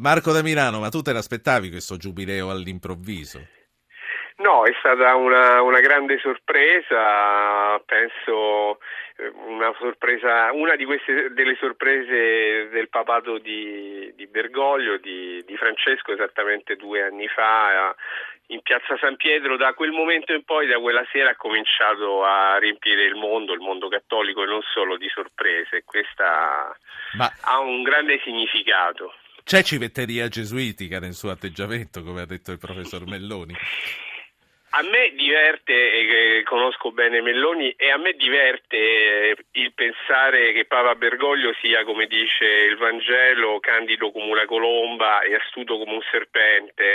Marco da Milano, ma tu te l'aspettavi questo giubileo all'improvviso? No, è stata una grande sorpresa, penso una sorpresa, una di queste delle sorprese del papato di Bergoglio, di Francesco, esattamente 2 anni fa, in Piazza San Pietro. Da quel momento in poi, da quella sera, ha cominciato a riempire il mondo cattolico e non solo, di sorprese. Questa Ma ha un grande significato. c'è civetteria gesuitica nel suo atteggiamento, come ha detto il professor Melloni? A me diverte, conosco bene Melloni, e a me diverte il pensare che Papa Bergoglio sia, come dice il Vangelo, candido come una colomba e astuto come un serpente.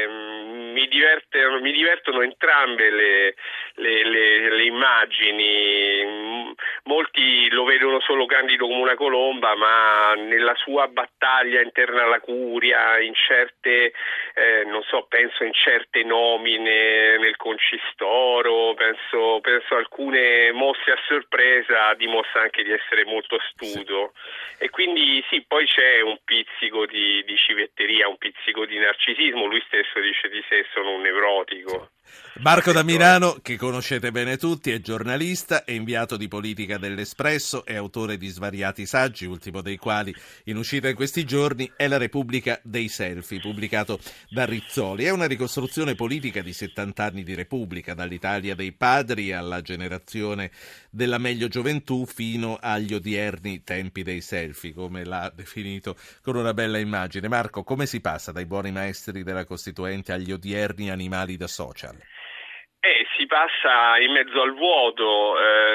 Mi divertono entrambe le immagini. Molti lo vedono solo candido come una colomba, ma nella sua battaglia interna alla curia, in certe, penso in certe nomine nel concistoro, penso alcune mosse a sorpresa, dimostra anche di essere molto astuto. Sì. E quindi sì, poi c'è un pizzico di civetteria, un pizzico di narcisismo. Lui stesso dice di sé: sono un nevrotico. Marco da Milano, che conoscete bene tutti, è giornalista, è inviato di politica dell'Espresso, è autore di svariati saggi, ultimo dei quali, in uscita in questi giorni, è La Repubblica dei Selfie, pubblicato da Rizzoli. È una ricostruzione politica di 70 anni di Repubblica, dall'Italia dei padri alla generazione della meglio gioventù fino agli odierni tempi dei selfie, come l'ha definito con una bella immagine. Marco, come si passa dai buoni maestri della Costituente agli odierni animali da social? Si passa in mezzo al vuoto.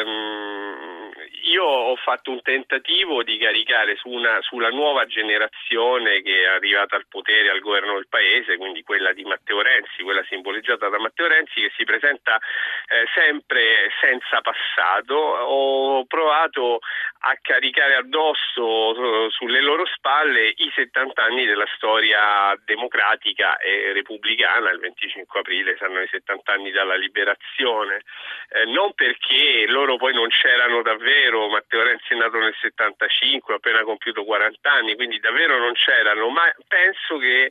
Io ho fatto un tentativo di caricare sulla nuova generazione che è arrivata al potere, al governo del paese, quindi quella di Matteo Renzi, quella simboleggiata da Matteo Renzi, che si presenta sempre senza passato. Ho provato a caricare addosso sulle loro spalle i 70 anni della storia democratica e repubblicana. Il 25 aprile saranno i 70 anni dalla liberazione, non perché loro poi non c'erano davvero. Matteo Renzi è nato nel 75, ha appena compiuto 40 anni, quindi davvero non c'erano, ma penso che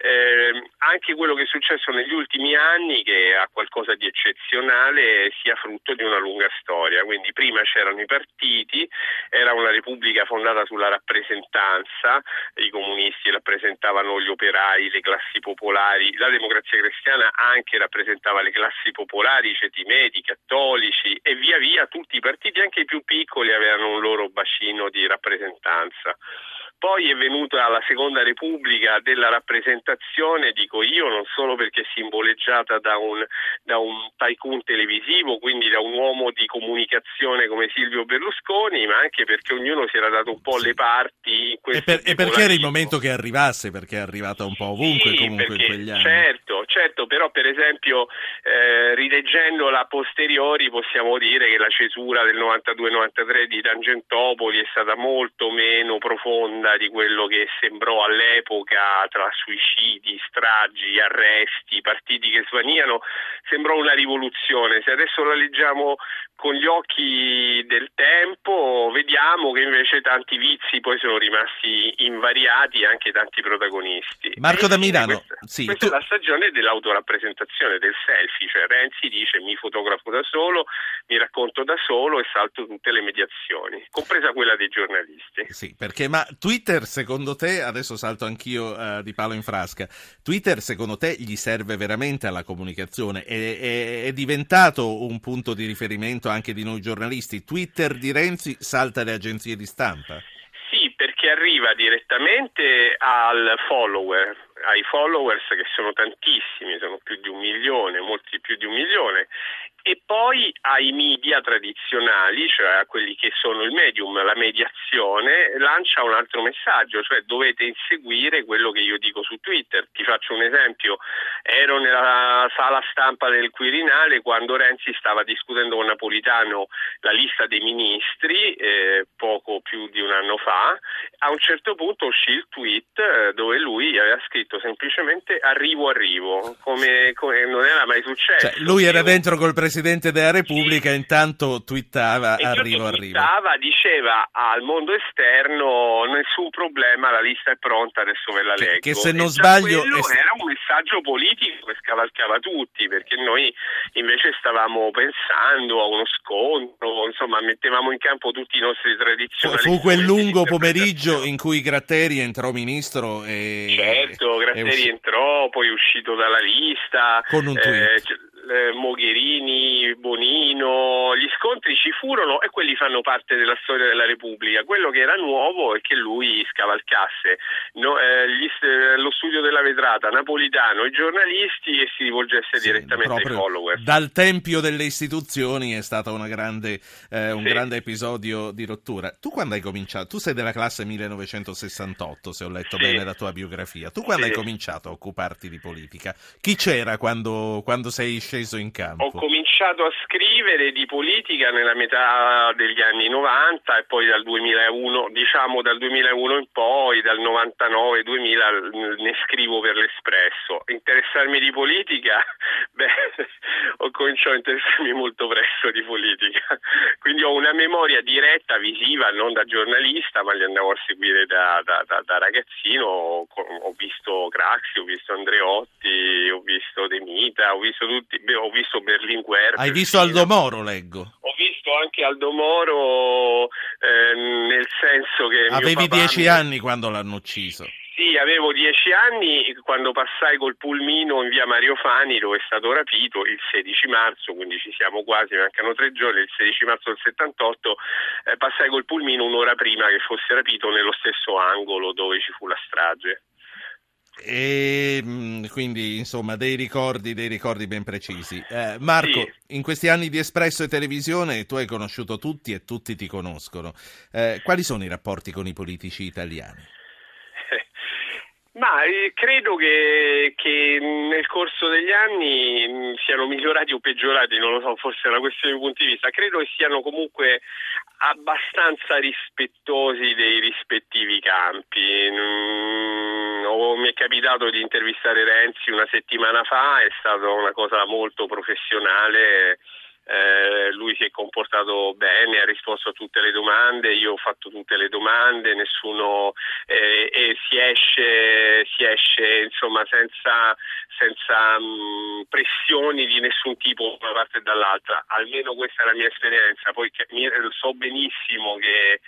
anche quello che è successo negli ultimi anni, che ha qualcosa di eccezionale, sia frutto di una lunga storia. Quindi prima c'erano i partiti, era una repubblica fondata sulla rappresentanza, i comunisti rappresentavano gli operai, le classi popolari, la Democrazia Cristiana anche rappresentava le classi popolari, i ceti medi, i cattolici, e via via tutti i partiti, anche i più piccoli, avevano un loro bacino di rappresentanza. Poi è venuta la Seconda Repubblica della rappresentazione, dico io, non solo perché è simboleggiata da un tycoon televisivo, quindi da un uomo di comunicazione come Silvio Berlusconi, ma anche perché ognuno si era dato un po' le parti in questo e perché era il momento che arrivasse, perché è arrivata un po' ovunque, sì, comunque perché, in quegli anni. Certo, però per esempio rileggendola a posteriori possiamo dire che la cesura del 92-93 di Tangentopoli è stata molto meno profonda di quello che sembrò all'epoca, tra suicidi, stragi, arresti, partiti che svaniano. Sembrò una rivoluzione. Se adesso la leggiamo con gli occhi del tempo, vediamo che invece tanti vizi poi sono rimasti invariati, anche tanti protagonisti. Marco da Milano, questa è la stagione dell'autorappresentazione, del selfie, cioè Renzi dice: mi fotografo da solo, mi racconto da solo e salto tutte le mediazioni, compresa quella dei giornalisti. Sì, perché ma Twitter secondo te, adesso salto anch'io di palo in frasca, Twitter secondo te gli serve veramente alla comunicazione? È diventato un punto di riferimento anche di noi giornalisti? Twitter di Renzi salta le agenzie di stampa? Sì, perché arriva direttamente ai followers, che sono tantissimi, sono più di 1 milione, molti più di 1 milione, e poi ai media tradizionali, cioè a quelli che sono il medium, la mediazione, lancia un altro messaggio, cioè dovete inseguire quello che io dico su Twitter. Ti faccio un esempio: ero nella sala stampa del Quirinale quando Renzi stava discutendo con Napolitano la lista dei ministri, poco più di un anno fa. A un certo punto uscì il tweet dove lui aveva scritto semplicemente arrivo, come non era mai successo. Cioè, lui era dentro col Presidente della Repubblica, sì. Intanto twittava arrivo. Diceva al mondo esterno nessun problema, la lista è pronta, adesso ve la leggo. Che se non sbaglio era un messaggio politico che scavalcava tutti, perché noi invece stavamo pensando a uno scontro, insomma mettevamo in campo tutti i nostri tradizionali. Fu quel lungo pomeriggio in cui Gratteri entrò ministro e... Certo, Gratteri entrò, poi è uscito dalla lista. Con un tweet. Mogherini, Bonino, gli scontri ci furono e quelli fanno parte della storia della Repubblica. Quello che era nuovo è che lui scavalcasse lo studio della vetrata, Napolitano, i giornalisti, e si rivolgesse direttamente ai follower. Dal tempio delle istituzioni è stato un grande episodio di rottura. Tu quando hai cominciato? Tu sei della classe 1968, se ho letto bene la tua biografia. Tu quando hai cominciato a occuparti di politica? Chi c'era quando sei sceso in campo? Ho cominciato a scrivere di politica nella metà degli anni 90 e poi dal 2001, dal 2001 in poi, dal 99-2000 ne scrivo per l'Espresso. Interessarmi di politica? Ho cominciato a interessarmi molto presto di politica, quindi ho una memoria diretta, visiva, non da giornalista, ma li andavo a seguire da ragazzino. Ho visto Craxi, ho visto Andreotti, ho visto De Mita, ho visto tutti. Ho visto Berlinguer. Hai visto Aldo Moro, leggo. Ho visto anche Aldo Moro, nel senso che avevi 10 anni quando l'hanno ucciso. Sì, avevo 10 anni quando passai col pulmino in via Mario Fani, dove è stato rapito il 16 marzo, quindi ci siamo quasi, mancano 3 giorni, il 16 marzo del 78, passai col pulmino un'ora prima che fosse rapito nello stesso angolo dove ci fu la strage. E quindi insomma dei ricordi ben precisi. Marco, sì. In questi anni di Espresso e televisione tu hai conosciuto tutti e tutti ti conoscono. Quali sono i rapporti con i politici italiani? Ma credo che nel corso degli anni siano migliorati o peggiorati, non lo so, forse è una questione di punti di vista. Credo che siano comunque abbastanza rispettosi dei rispettivi campi. Mi è capitato di intervistare Renzi una settimana fa, è stata una cosa molto professionale. Lui si è comportato bene, ha risposto a tutte le domande, io ho fatto tutte le domande, nessuno e si esce insomma senza pressioni di nessun tipo da una parte e dall'altra, almeno questa è la mia esperienza. Poi so benissimo che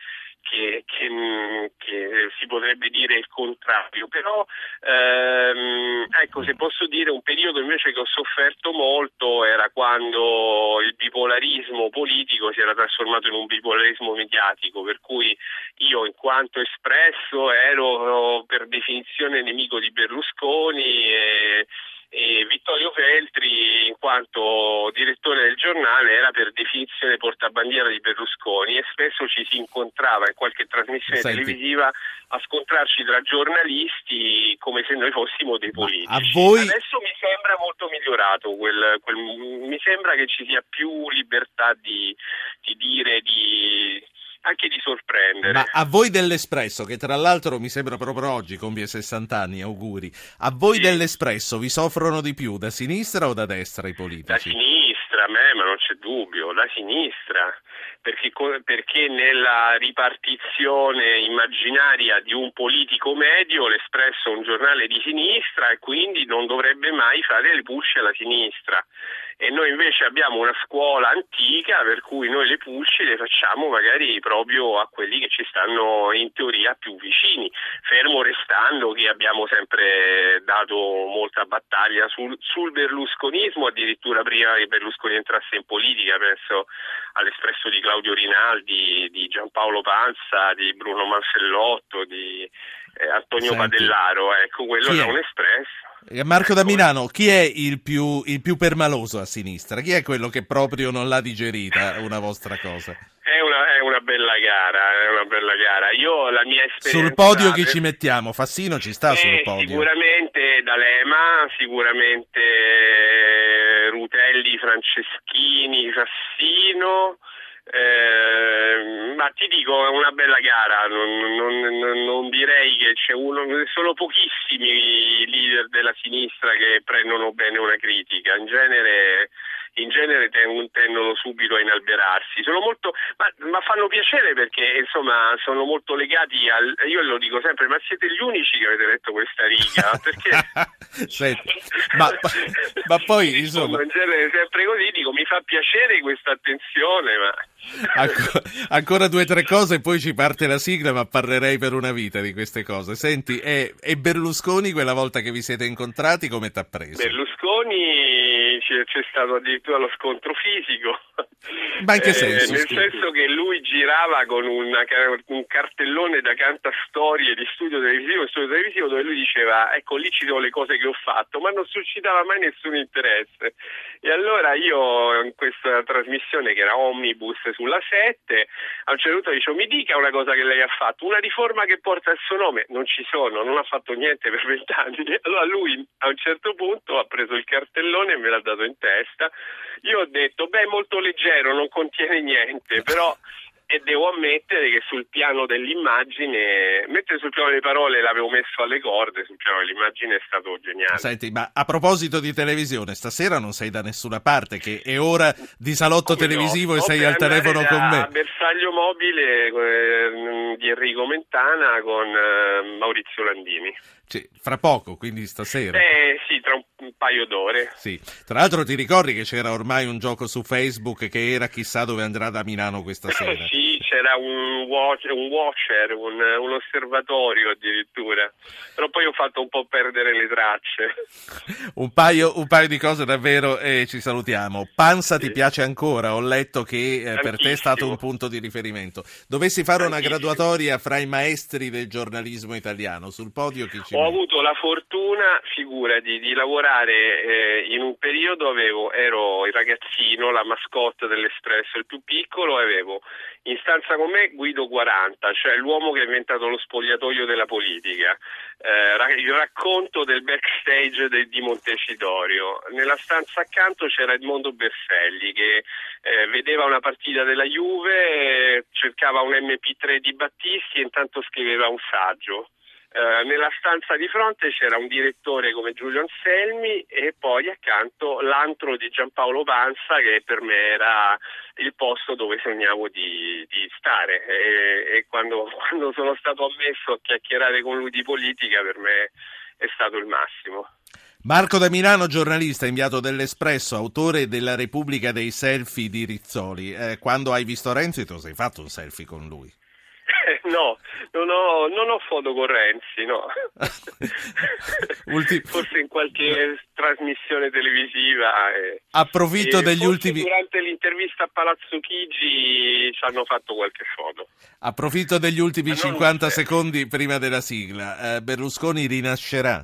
si potrebbe dire il contrario, però ecco, se posso dire, un periodo invece che ho sofferto molto era quando il bipolarismo politico si era trasformato in un bipolarismo mediatico, per cui io in quanto Espresso ero per definizione nemico di Berlusconi e Vittorio Feltri, in quanto direttore del giornale, era per definizione portabandiera di Berlusconi, e spesso ci si incontrava in qualche trasmissione televisiva a scontrarci tra giornalisti come se noi fossimo dei politici. Adesso mi sembra molto migliorato, mi sembra che ci sia più libertà di dire, anche di sorprendere. Ma a voi dell'Espresso, che tra l'altro mi sembra proprio oggi compie 60 anni, auguri, a voi dell'Espresso vi soffrono di più da sinistra o da destra i politici? Da sinistra, ma non c'è dubbio, da sinistra, perché nella ripartizione immaginaria di un politico medio l'Espresso è un giornale di sinistra e quindi non dovrebbe mai fare le pulci alla sinistra. E noi invece abbiamo una scuola antica per cui noi le pulci le facciamo magari proprio a quelli che ci stanno in teoria più vicini, fermo restando che abbiamo sempre dato molta battaglia sul berlusconismo, addirittura prima che Berlusconi entrasse in politica. Penso all'Espresso di Claudio Rinaldi, di Giampaolo Panza, di Bruno Mansellotto, di Antonio Padellaro, ecco, quello era un Espresso. Marco da Milano, chi è il più permaloso a sinistra? Chi è quello che proprio non l'ha digerita una vostra cosa? È una bella gara, Io la mia esperienza... Sul podio chi ci mettiamo? Fassino ci sta sul podio? Sicuramente D'Alema, sicuramente Rutelli, Franceschini, Fassino, Ma ti dico, è una bella gara, non direi che c'è sono pochissimi leader della sinistra che prendono bene una critica, in genere tendono subito a inalberarsi. Sono molto, ma fanno piacere perché insomma sono molto legati io lo dico sempre, ma siete gli unici che avete letto questa riga, perché Senti, ma poi insomma in genere è sempre così, dico mi fa piacere questa attenzione, ma ancora 2 o 3 cose e poi ci parte la sigla, ma parlerei per una vita di queste cose. Senti, e Berlusconi quella volta che vi siete incontrati come t'ha preso? Berlusconi c'è stato addirittura lo scontro fisico. Ma in che senso? Nel senso che lui girava con un cartellone da cantastorie di studio televisivo dove lui diceva ecco lì ci sono le cose che ho fatto, ma non suscitava mai nessun interesse. E allora io in questa trasmissione che era Omnibus sulla 7 a un certo punto dicevo mi dica una cosa che lei ha fatto, una riforma che porta il suo nome. Non ci sono, non ha fatto niente per 20 anni. Allora lui a un certo punto ha preso il cartellone e me l'ha dato in testa. Io ho detto beh, molto leggero, non contiene niente, però e devo ammettere che sul piano dell'immagine, mentre sul piano delle parole l'avevo messo alle corde, sul piano dell'immagine è stato geniale. Senti, ma a proposito di televisione, stasera non sei da nessuna parte, che è ora di salotto televisivo e sei al telefono con me. A Bersaglio Mobile di Enrico Mentana con Maurizio Landini. Fra poco, quindi stasera. Sì, tra un paio d'ore. Sì. Tra l'altro ti ricordi che c'era ormai un gioco su Facebook che era chissà dove andrà da Milano questa sera? Sì, c'era un watcher, un osservatorio addirittura, però poi ho fatto un po' perdere le tracce. Un paio di cose davvero e ci salutiamo. Pansa ti piace ancora? Ho letto che per te è stato un punto di riferimento. Dovessi fare una graduatoria fra i maestri del giornalismo italiano, sul podio chi ci Ho avuto la fortuna, figurati, di lavorare in un periodo, ero il ragazzino, la mascotte dell'Espresso, il più piccolo, e avevo in stanza con me Guido 40, cioè l'uomo che ha inventato lo spogliatoio della politica, il racconto del backstage di Montecitorio. Nella stanza accanto c'era Edmondo Berselli che vedeva una partita della Juve, cercava un MP3 di Battisti e intanto scriveva un saggio. Nella stanza di fronte c'era un direttore come Giulio Anselmi e poi accanto l'antro di Giampaolo Pansa, che per me era il posto dove sognavo di stare, e quando sono stato ammesso a chiacchierare con lui di politica per me è stato il massimo. Marco da Milano, giornalista, inviato dell'Espresso, autore della Repubblica dei selfie di Rizzoli. Quando hai visto Renzi tu sei fatto un selfie con lui? No, non ho foto con Renzi, no. Forse in qualche trasmissione televisiva. Approfitto degli ultimi. Durante l'intervista a Palazzo Chigi ci hanno fatto qualche foto. Approfitto degli ultimi 50 secondi prima della sigla. Berlusconi rinascerà?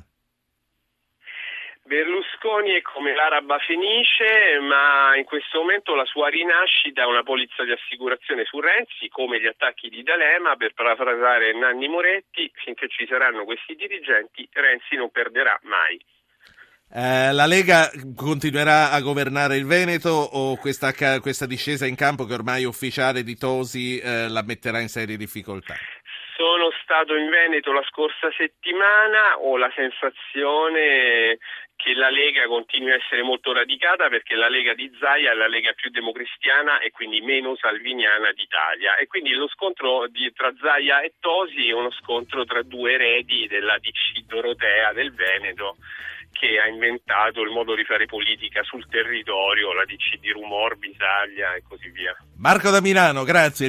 Berlusconi è come l'araba fenice, ma in questo momento la sua rinascita è una polizza di assicurazione su Renzi, come gli attacchi di D'Alema, per parafrasare Nanni Moretti: finché ci saranno questi dirigenti, Renzi non perderà mai. La Lega continuerà a governare il Veneto o questa discesa in campo che ormai è ufficiale di Tosi la metterà in serie difficoltà? Sono stato in Veneto la scorsa settimana, ho la sensazione che la Lega continui a essere molto radicata, perché la Lega di Zaia è la Lega più democristiana e quindi meno salviniana d'Italia, e quindi lo scontro tra Zaia e Tosi è uno scontro tra due eredi della DC Dorotea del Veneto, che ha inventato il modo di fare politica sul territorio, la DC di Rumor, Bisaglia e così via. Marco da Milano, grazie.